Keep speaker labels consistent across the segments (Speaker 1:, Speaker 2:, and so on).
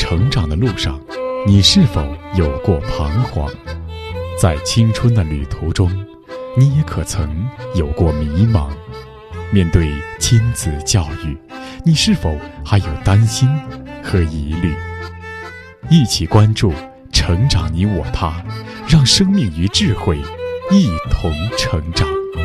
Speaker 1: 成长的路上，你是否有过彷徨？在青春的旅途中，你也可曾有过迷茫？面对亲子教育，你是否还有担心和疑虑？一起关注成长你我他，让生命与智慧一同成长。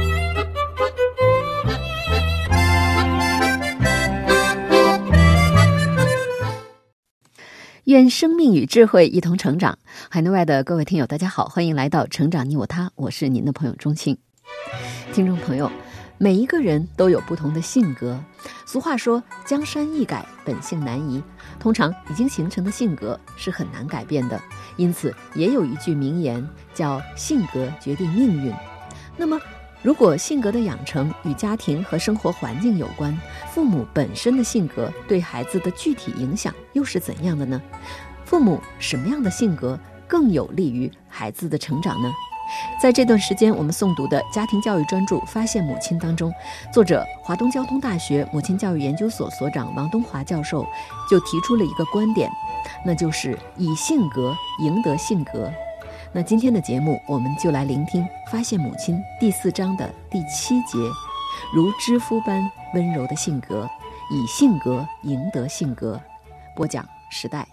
Speaker 2: 愿生命与智慧一同成长。海内外的各位听友大家好，欢迎来到成长你我他，我是您的朋友钟庆。听众朋友，每一个人都有不同的性格，俗话说江山易改，本性难移。通常已经形成的性格是很难改变的，因此也有一句名言叫性格决定命运。那么如果性格的养成与家庭和生活环境有关，父母本身的性格对孩子的具体影响又是怎样的呢？父母什么样的性格更有利于孩子的成长呢？在这段时间我们诵读的家庭教育专著《发现母亲》当中，作者华东交通大学母亲教育研究所所长王东华教授就提出了一个观点，那就是以性格赢得性格。那今天的节目我们就来聆听《发现母亲》第4章的第7节，如知夫般温柔的性格，以性格赢得性格。播讲时代。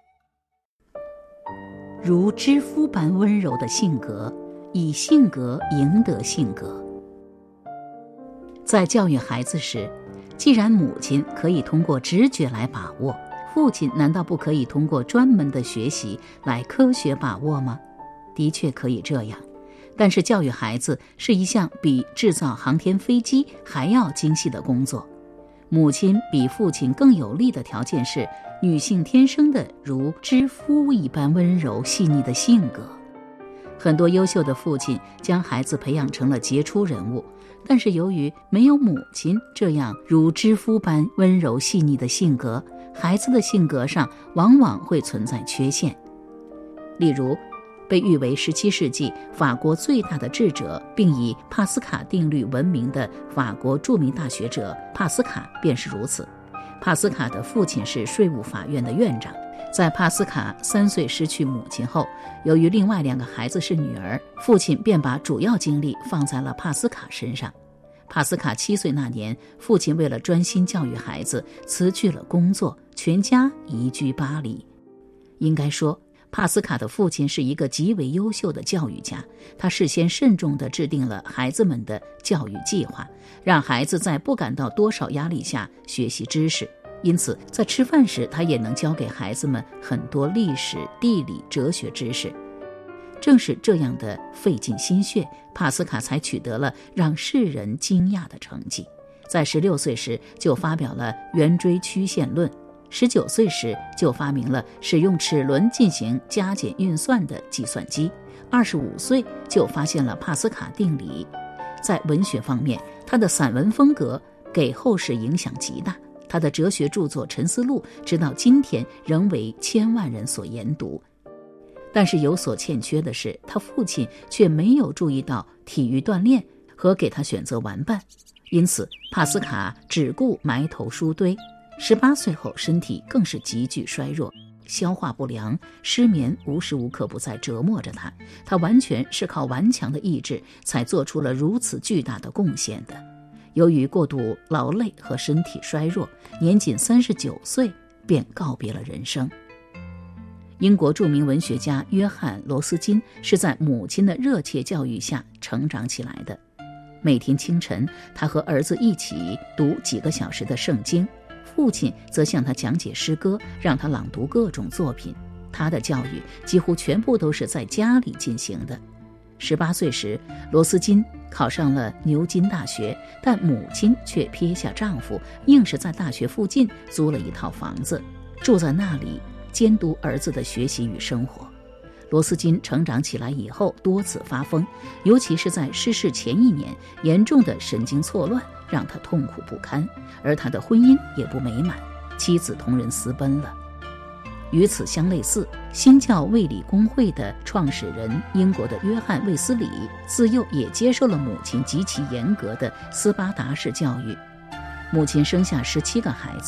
Speaker 3: 如知夫般温柔的性格，以性格赢得性格。在教育孩子时，既然母亲可以通过直觉来把握，父亲难道不可以通过专门的学习来科学把握吗？的确可以这样，但是教育孩子是一项比制造航天飞机还要精细的工作。母亲比父亲更有利的条件是，女性天生的如知夫一般温柔细腻的性格。很多优秀的父亲将孩子培养成了杰出人物，但是由于没有母亲这样如知夫般温柔细腻的性格，孩子的性格上往往会存在缺陷。例如被誉为17世纪法国最大的智者，并以帕斯卡定律闻名的法国著名大学者帕斯卡便是如此。帕斯卡的父亲是税务法院的院长，在帕斯卡3岁失去母亲后，由于另外2个孩子是女儿，父亲便把主要精力放在了帕斯卡身上。帕斯卡7岁那年，父亲为了专心教育孩子，辞去了工作，全家移居巴黎。应该说，帕斯卡的父亲是一个极为优秀的教育家，他事先慎重地制定了孩子们的教育计划，让孩子在不感到多少压力下学习知识。因此在吃饭时，他也能教给孩子们很多历史、地理、哲学知识。正是这样的费尽心血，帕斯卡才取得了让世人惊讶的成绩。在16岁时就发表了圆锥曲线论，19岁时就发明了使用齿轮进行加减运算的计算机，25岁就发现了帕斯卡定理。在文学方面，他的散文风格给后世影响极大，他的哲学著作《沉思录》直到今天仍为千万人所研读。但是有所欠缺的是，他父亲却没有注意到体育锻炼和给他选择玩伴，因此帕斯卡只顾埋头书堆。18岁后，身体更是急剧衰弱，消化不良、失眠无时无刻不在折磨着他。他完全是靠顽强的意志才做出了如此巨大的贡献的。由于过度劳累和身体衰弱，年仅39岁便告别了人生。英国著名文学家约翰·罗斯金是在母亲的热切教育下成长起来的。每天清晨，他和儿子一起读几个小时的圣经，父亲则向他讲解诗歌，让他朗读各种作品。他的教育几乎全部都是在家里进行的。18岁时，罗斯金考上了牛津大学，但母亲却撇下丈夫，硬是在大学附近租了一套房子，住在那里监督儿子的学习与生活。罗斯金成长起来以后多次发疯，尤其是在逝世前1年，严重的神经错乱让他痛苦不堪，而他的婚姻也不美满，妻子同人私奔了。与此相类似，新教卫理公会的创始人英国的约翰·卫斯理自幼也接受了母亲极其严格的斯巴达式教育。母亲生下17个孩子，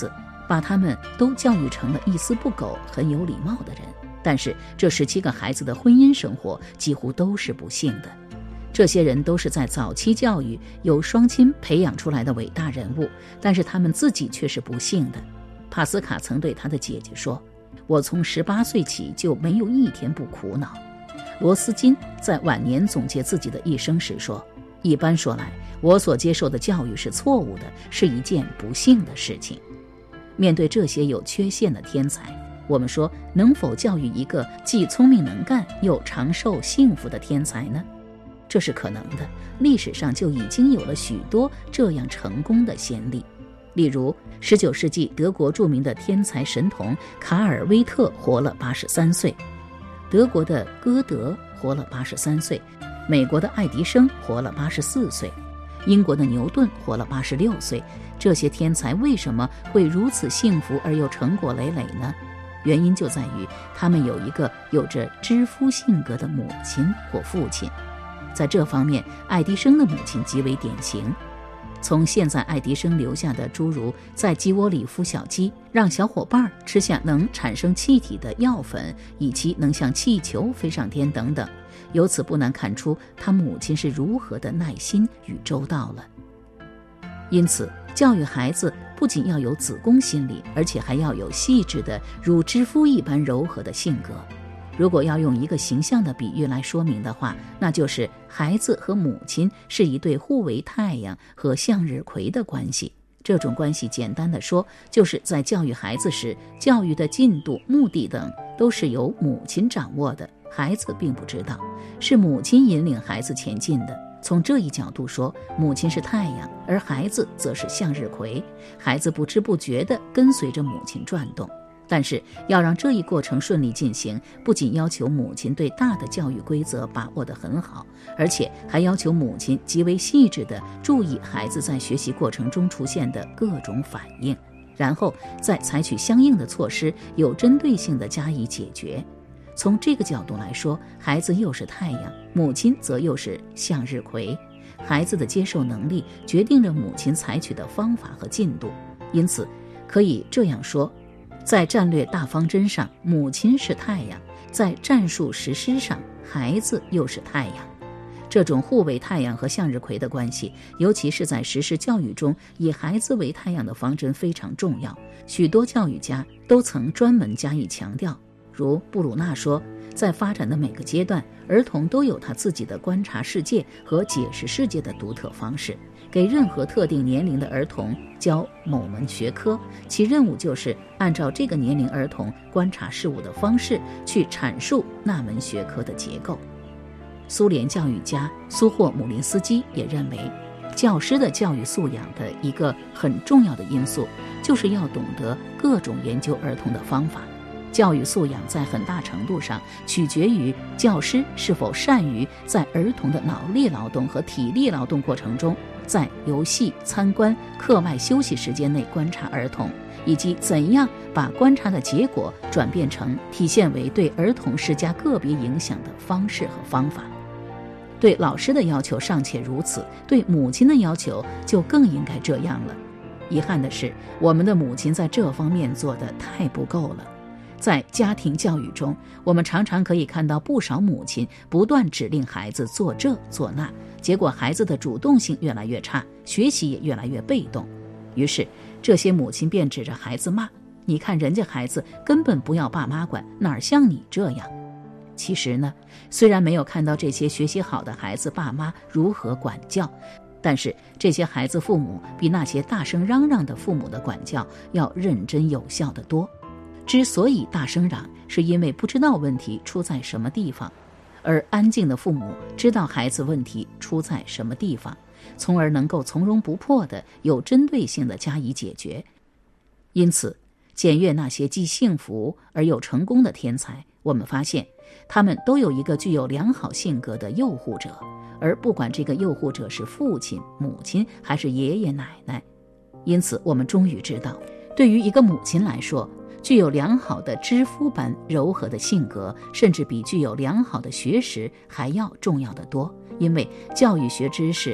Speaker 3: 把他们都教育成了一丝不苟、很有礼貌的人。但是这17个孩子的婚姻生活几乎都是不幸的。这些人都是在早期教育由双亲培养出来的伟大人物，但是他们自己却是不幸的。帕斯卡曾对他的姐姐说，我从18岁起就没有一天不苦恼。罗斯金在晚年总结自己的一生时说，一般说来，我所接受的教育是错误的，是一件不幸的事情。面对这些有缺陷的天才，我们说能否教育一个既聪明能干又长寿幸福的天才呢？这是可能的，历史上就已经有了许多这样成功的先例。例如19世纪德国著名的天才神童卡尔威特活了83岁，德国的歌德活了83岁，美国的爱迪生活了84岁，英国的牛顿活了86岁。这些天才为什么会如此幸福而又成果累累呢？原因就在于他们有一个有着知夫性格的母亲或父亲。在这方面，爱迪生的母亲极为典型。从现在爱迪生留下的诸如在鸡窝里孵小鸡，让小伙伴吃下能产生气体的药粉，以及能像气球飞上天等等，由此不难看出他母亲是如何的耐心与周到了。因此教育孩子不仅要有子宫心理，而且还要有细致的如知夫一般柔和的性格。如果要用一个形象的比喻来说明的话，那就是孩子和母亲是一对互为太阳和向日葵的关系。这种关系简单的说，就是在教育孩子时，教育的进度、目的等都是由母亲掌握的，孩子并不知道，是母亲引领孩子前进的。从这一角度说，母亲是太阳，而孩子则是向日葵，孩子不知不觉地跟随着母亲转动。但是要让这一过程顺利进行，不仅要求母亲对大的教育规则把握得很好，而且还要求母亲极为细致地注意孩子在学习过程中出现的各种反应，然后再采取相应的措施，有针对性地加以解决。从这个角度来说，孩子又是太阳，母亲则又是向日葵。孩子的接受能力决定着母亲采取的方法和进度，因此可以这样说，在战略大方针上，母亲是太阳；在战术实施上，孩子又是太阳。这种互为太阳和向日葵的关系，尤其是在实施教育中，以孩子为太阳的方针非常重要。许多教育家都曾专门加以强调，如布鲁纳说，在发展的每个阶段，儿童都有他自己的观察世界和解释世界的独特方式。给任何特定年龄的儿童教某门学科，其任务就是按照这个年龄儿童观察事物的方式去阐述那门学科的结构。苏联教育家苏霍姆林斯基也认为，教师的教育素养的一个很重要的因素，就是要懂得各种研究儿童的方法。教育素养在很大程度上取决于教师是否善于在儿童的脑力劳动和体力劳动过程中，在游戏、参观、课外休息时间内观察儿童，以及怎样把观察的结果转变成体现为对儿童施加个别影响的方式和方法。对老师的要求尚且如此，对母亲的要求就更应该这样了。遗憾的是，我们的母亲在这方面做得太不够了。在家庭教育中，我们常常可以看到不少母亲不断指令孩子做这做那，结果孩子的主动性越来越差，学习也越来越被动。于是这些母亲便指着孩子骂，你看人家孩子根本不要爸妈管，哪像你这样。其实呢，虽然没有看到这些学习好的孩子爸妈如何管教，但是这些孩子父母比那些大声嚷嚷的父母的管教要认真有效得多。之所以大声嚷，是因为不知道问题出在什么地方，而安静的父母知道孩子问题出在什么地方，从而能够从容不迫地有针对性地加以解决。因此，检阅那些既幸福而又成功的天才，我们发现他们都有一个具有良好性格的诱护者，而不管这个诱护者是父亲、母亲还是爷爷奶奶。因此我们终于知道，对于一个母亲来说，具有良好的知夫般柔和的性格，甚至比具有良好的学识还要重要得多。因为教育学知识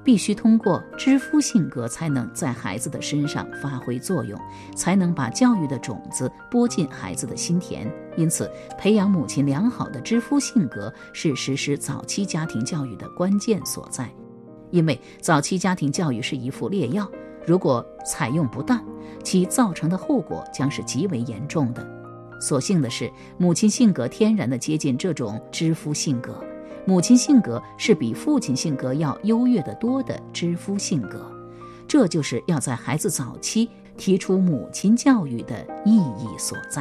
Speaker 3: 必须通过知夫性格才能在孩子的身上发挥作用，才能把教育的种子播进孩子的心田。因此，培养母亲良好的知夫性格是实施早期家庭教育的关键所在。因为早期家庭教育是一副烈药，如果采用不当，其造成的后果将是极为严重的。所幸的是，母亲性格天然地接近这种知夫性格，母亲性格是比父亲性格要优越得多的知夫性格，这就是要在孩子早期提出母亲教育的意义所在。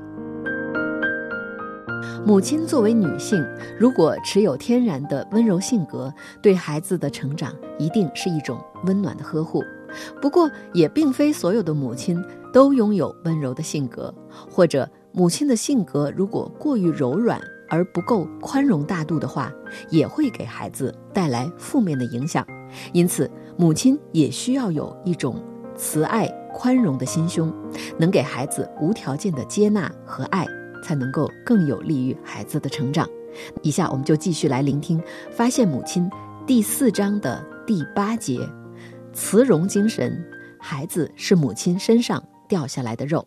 Speaker 2: 母亲作为女性，如果持有天然的温柔性格，对孩子的成长一定是一种温暖的呵护。不过，也并非所有的母亲都拥有温柔的性格，或者母亲的性格如果过于柔软而不够宽容大度的话，也会给孩子带来负面的影响。因此，母亲也需要有一种慈爱宽容的心胸，能给孩子无条件的接纳和爱，才能够更有利于孩子的成长。以下我们就继续来聆听《发现母亲》第4章的第8节，慈容精神，孩子是母亲身上掉下来的肉。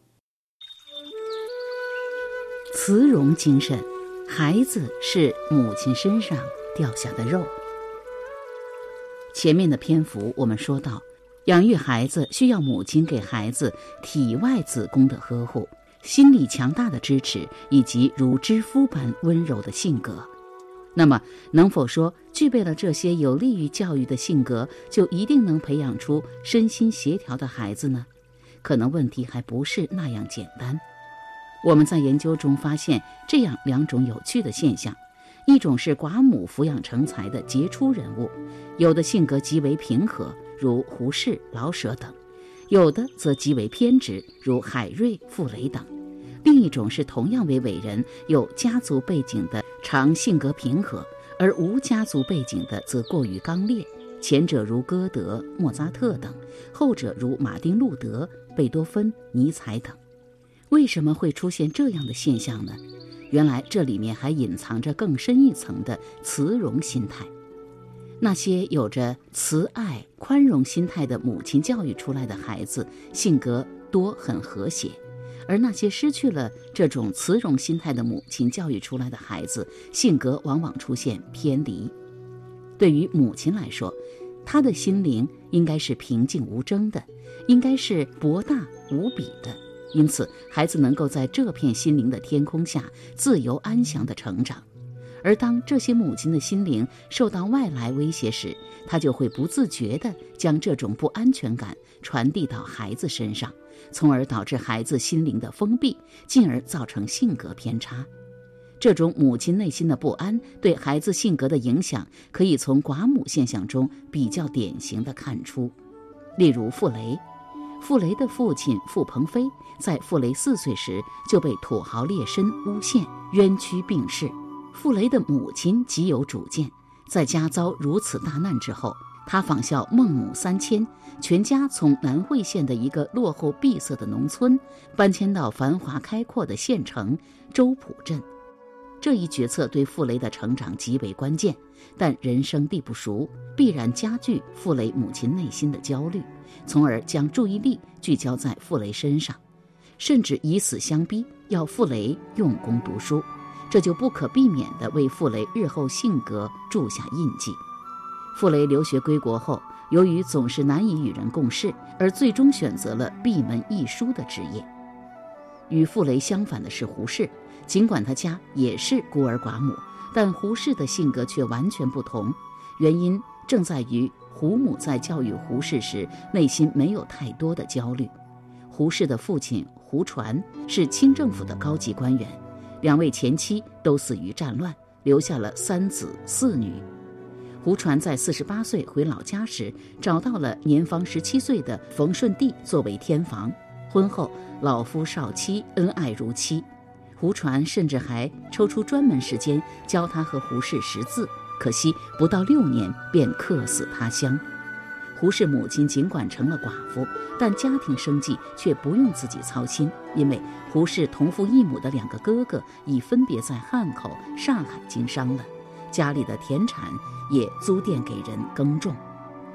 Speaker 3: 慈容精神，孩子是母亲身上掉下的肉。前面的篇幅我们说到，养育孩子需要母亲给孩子体外子宫的呵护，心理强大的支持，以及如知夫般温柔的性格。那么，能否说具备了这些有利于教育的性格，就一定能培养出身心协调的孩子呢？可能问题还不是那样简单。我们在研究中发现这样2种有趣的现象：一种是寡母抚养成才的杰出人物，有的性格极为平和，如胡适、老舍等；有的则极为偏执，如海瑞、傅雷等。另一种是同样为伟人，有家族背景的常性格平和，而无家族背景的则过于刚烈，前者如歌德、莫扎特等，后者如马丁·路德、贝多芬、尼采等。为什么会出现这样的现象呢？原来这里面还隐藏着更深一层的慈容心态。那些有着慈爱、宽容心态的母亲教育出来的孩子，性格多很和谐；而那些失去了这种慈容心态的母亲教育出来的孩子，性格往往出现偏离。对于母亲来说，她的心灵应该是平静无争的，应该是博大无比的。因此，孩子能够在这片心灵的天空下自由安详地成长。而当这些母亲的心灵受到外来威胁时，她就会不自觉地将这种不安全感传递到孩子身上，从而导致孩子心灵的封闭，进而造成性格偏差。这种母亲内心的不安对孩子性格的影响，可以从寡母现象中比较典型地看出。例如傅雷，傅雷的父亲傅鹏飞在傅雷4岁时就被土豪劣绅诬陷，冤屈病逝。傅雷的母亲极有主见，在家遭如此大难之后，他仿效孟母3000，全家从南汇县的一个落后闭塞的农村搬迁到繁华开阔的县城周浦镇。这一决策对傅雷的成长极为关键，但人生地不熟，必然加剧傅雷母亲内心的焦虑，从而将注意力聚焦在傅雷身上，甚至以死相逼，要傅雷用功读书。这就不可避免地为傅雷日后性格注下印记。傅雷留学归国后，由于总是难以与人共事，而最终选择了闭门译书的职业。与傅雷相反的是胡适，尽管他家也是孤儿寡母，但胡适的性格却完全不同。原因正在于胡母在教育胡适时，内心没有太多的焦虑。胡适的父亲胡传是清政府的高级官员，2位前妻都死于战乱，留下了3子4女。胡传在48岁回老家时，找到了年方17岁的冯顺弟作为天房。婚后，老夫少妻，恩爱如漆。胡传甚至还抽出专门时间教他和胡适识字，可惜不到6年便客死他乡。胡适母亲尽管成了寡妇，但家庭生计却不用自己操心，因为胡适同父异母的2个哥哥已分别在汉口、上海经商了，家里的田产也租佃给人耕种。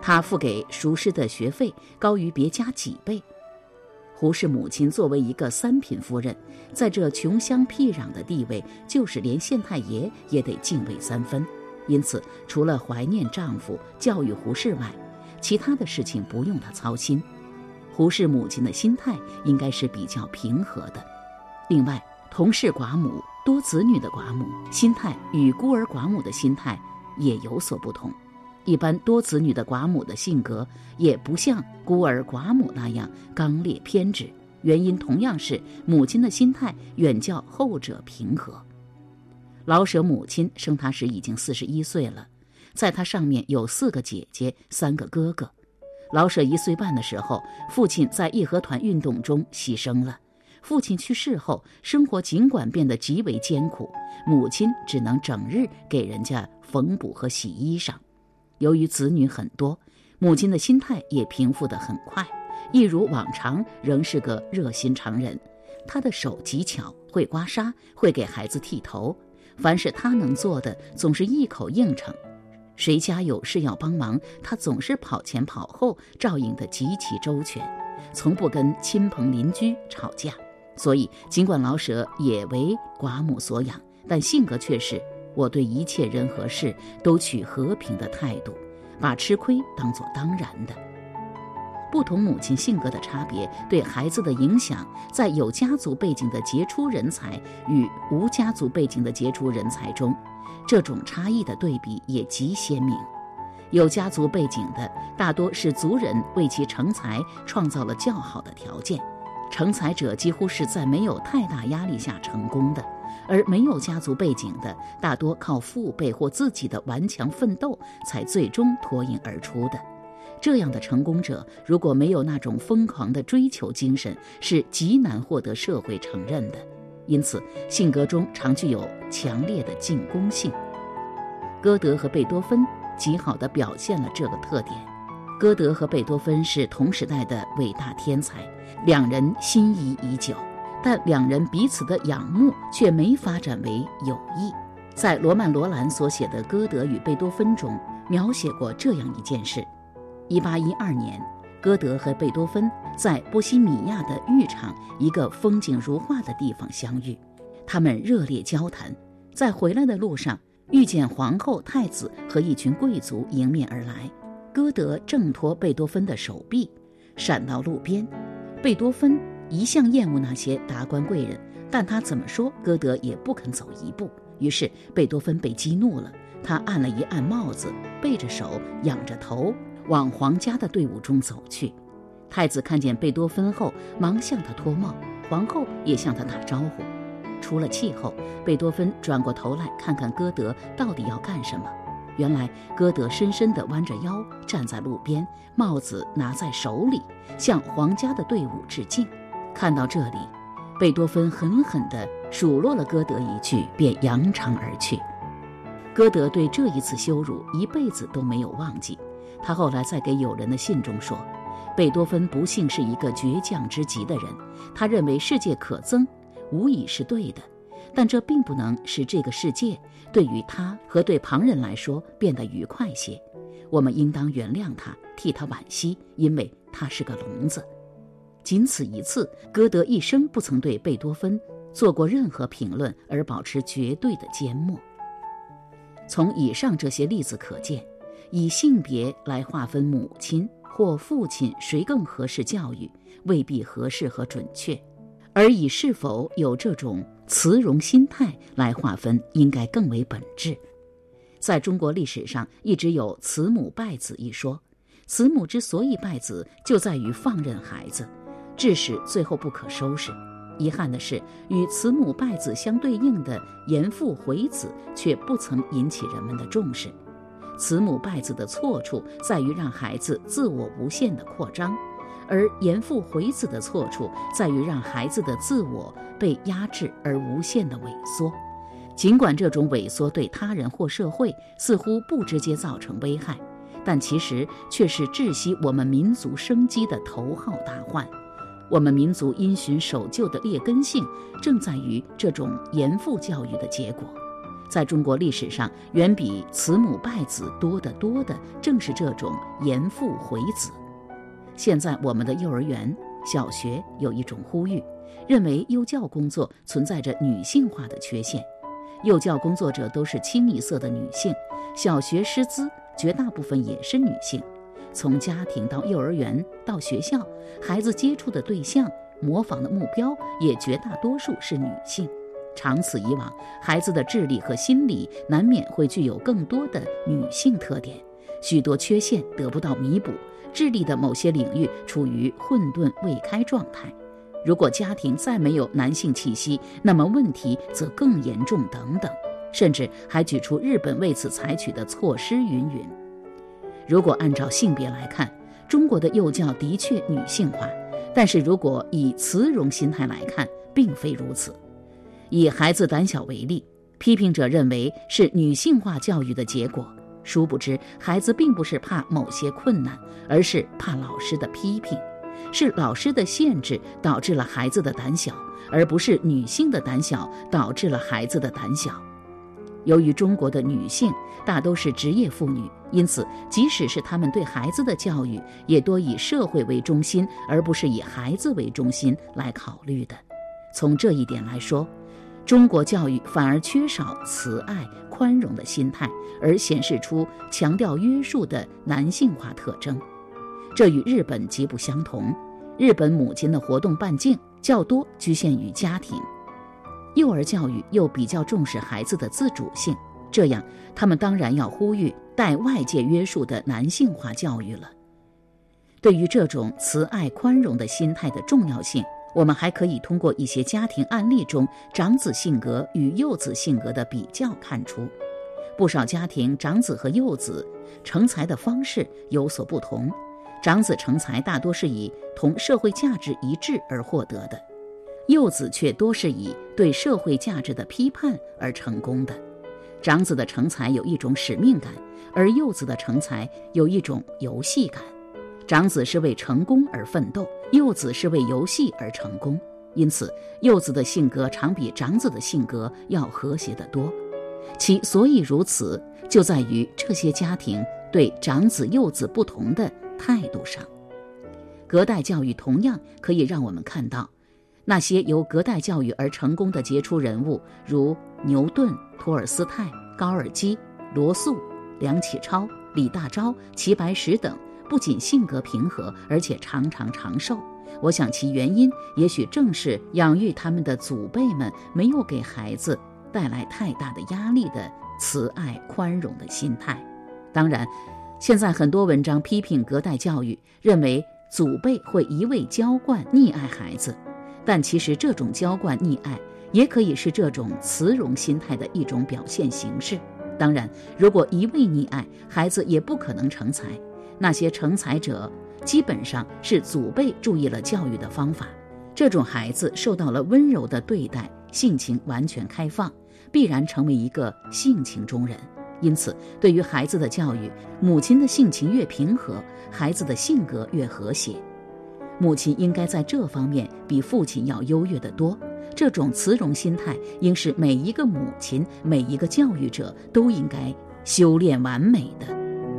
Speaker 3: 他付给塾师的学费高于别家几倍。胡氏母亲作为一个三品夫人，在这穷乡僻壤的地位，就是连县太爷也得敬畏3分。因此，除了怀念丈夫、教育胡氏外，其他的事情不用她操心。胡氏母亲的心态应该是比较平和的。另外，同是寡母、多子女的寡母，心态与孤儿寡母的心态也有所不同。一般多子女的寡母的性格也不像孤儿寡母那样刚烈偏执，原因同样是母亲的心态远较后者平和。老舍母亲生他时已经41岁了，在他上面有4个姐姐3个哥哥。老舍1岁半的时候，父亲在义和团运动中牺牲了。父亲去世后，生活尽管变得极为艰苦，母亲只能整日给人家缝补和洗衣裳。由于子女很多，母亲的心态也平复得很快，一如往常仍是个热心肠人。她的手极巧，会刮痧，会给孩子剃头，凡是她能做的总是一口应承。谁家有事要帮忙，她总是跑前跑后，照应得极其周全，从不跟亲朋邻居吵架。所以尽管老舍也为寡母所养，但性格却是我对一切人和事都取和平的态度，把吃亏当作当然的。不同母亲性格的差别对孩子的影响，在有家族背景的杰出人才与无家族背景的杰出人才中，这种差异的对比也极鲜明。有家族背景的大多是族人为其成才创造了较好的条件，成才者几乎是在没有太大压力下成功的，而没有家族背景的大多靠父辈或自己的顽强奋斗才最终脱颖而出的。这样的成功者如果没有那种疯狂的追求精神，是极难获得社会承认的，因此性格中常具有强烈的进攻性。歌德和贝多芬极好地表现了这个特点。歌德和贝多芬是同时代的伟大天才，两人心仪已久，但两人彼此的仰慕却没发展为友谊。在罗曼·罗兰所写的《歌德与贝多芬》中描写过这样一件事：1812年，歌德和贝多芬在波西米亚的浴场一个风景如画的地方相遇，他们热烈交谈，在回来的路上遇见皇后、太子和一群贵族迎面而来。歌德挣脱贝多芬的手臂，闪到路边。贝多芬一向厌恶那些达官贵人，但他怎么说，歌德也不肯走一步。于是贝多芬被激怒了，他按了一按帽子，背着手，仰着头，往皇家的队伍中走去。太子看见贝多芬后，忙向他脱帽，皇后也向他打招呼。出了气后，贝多芬转过头来看看歌德到底要干什么。原来歌德深深地弯着腰站在路边，帽子拿在手里，向皇家的队伍致敬。看到这里，贝多芬狠狠地数落了歌德一句，便扬长而去。歌德对这一次羞辱一辈子都没有忘记。他后来在给友人的信中说，贝多芬不幸是一个倔强之极的人，他认为世界可憎无疑是对的，但这并不能使这个世界对于他和对旁人来说变得愉快些。我们应当原谅他，替他惋惜，因为他是个聋子。仅此一次，歌德一生不曾对贝多芬做过任何评论，而保持绝对的缄默。从以上这些例子可见，以性别来划分母亲或父亲谁更合适教育，未必合适和准确，而以是否有这种慈容心态来划分，应该更为本质。在中国历史上一直有慈母败子一说，慈母之所以败子，就在于放任孩子，致使最后不可收拾。遗憾的是，与慈母败子相对应的严父毁子却不曾引起人们的重视。慈母败子的错处在于让孩子自我无限的扩张，而严父毁子的错处在于让孩子的自我被压制而无限的萎缩。尽管这种萎缩对他人或社会似乎不直接造成危害，但其实却是窒息我们民族生机的头号大患。我们民族因循守旧的劣根性，正在于这种严父教育的结果。 在中国历史上远比慈母败子多得多的正是这种严父回子。现在我们的幼儿园、小学有一种呼吁，认为幼教工作存在着女性化的缺陷。幼教工作者都是清一色的女性，小学师资绝大部分也是女性。从家庭到幼儿园到学校，孩子接触的对象、模仿的目标也绝大多数是女性。长此以往，孩子的智力和心理难免会具有更多的女性特点，许多缺陷得不到弥补，智力的某些领域处于混沌未开状态。如果家庭再没有男性气息，那么问题则更严重等等，甚至还举出日本为此采取的措施云云。如果按照性别来看，中国的幼教的确女性化，但是如果以慈容心态来看，并非如此。以孩子胆小为例，批评者认为是女性化教育的结果，殊不知孩子并不是怕某些困难，而是怕老师的批评，是老师的限制导致了孩子的胆小，而不是女性的胆小导致了孩子的胆小。由于中国的女性大都是职业妇女，因此即使是她们对孩子的教育，也多以社会为中心，而不是以孩子为中心来考虑的。从这一点来说，中国教育反而缺少慈爱、宽容的心态，而显示出强调约束的男性化特征。这与日本极不相同，日本母亲的活动半径较多局限于家庭，幼儿教育又比较重视孩子的自主性，这样他们当然要呼吁带外界约束的男性化教育了。对于这种慈爱宽容的心态的重要性，我们还可以通过一些家庭案例中长子性格与幼子性格的比较看出。不少家庭长子和幼子成才的方式有所不同，长子成才大多是以同社会价值一致而获得的，幼子却多是以对社会价值的批判而成功的。长子的成才有一种使命感，而幼子的成才有一种游戏感。长子是为成功而奋斗，幼子是为游戏而成功，因此幼子的性格常比长子的性格要和谐得多。其所以如此，就在于这些家庭对长子幼子不同的态度上。隔代教育同样可以让我们看到，那些由隔代教育而成功的杰出人物，如牛顿、托尔斯泰、高尔基、罗素、梁启超、李大钊、齐白石等，不仅性格平和，而且常常长寿。我想其原因也许正是养育他们的祖辈们没有给孩子带来太大的压力的慈爱宽容的心态。当然，现在很多文章批评隔代教育，认为祖辈会一味娇惯溺爱孩子，但其实这种娇惯溺爱也可以是这种慈容心态的一种表现形式。当然，如果一味溺爱，孩子也不可能成才。那些成才者基本上是祖辈注意了教育的方法，这种孩子受到了温柔的对待，性情完全开放，必然成为一个性情中人。因此，对于孩子的教育，母亲的性情越平和，孩子的性格越和谐。母亲应该在这方面比父亲要优越得多。这种慈容心态应是每一个母亲、每一个教育者都应该修炼完美的。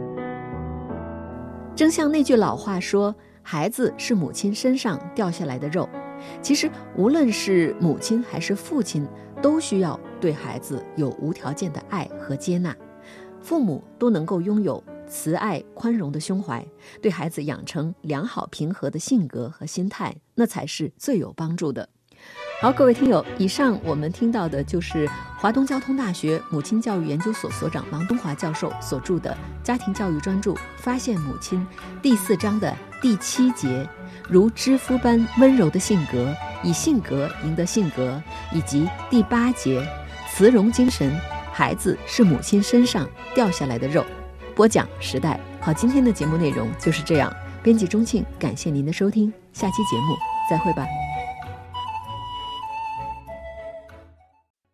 Speaker 2: 正像那句老话说，孩子是母亲身上掉下来的肉。其实无论是母亲还是父亲，都需要对孩子有无条件的爱和接纳。父母都能够拥有慈爱宽容的胸怀，对孩子养成良好平和的性格和心态，那才是最有帮助的。好，各位听友，以上我们听到的就是华东交通大学母亲教育研究所所长王东华教授所著的家庭教育专著《发现母亲》第4章的第7节，如知夫般温柔的性格，以性格赢得性格，以及第8节慈容精神，孩子是母亲身上掉下来的肉。播讲时代。好，今天的节目内容就是这样。编辑钟庆，感谢您的收听，下期节目再会吧。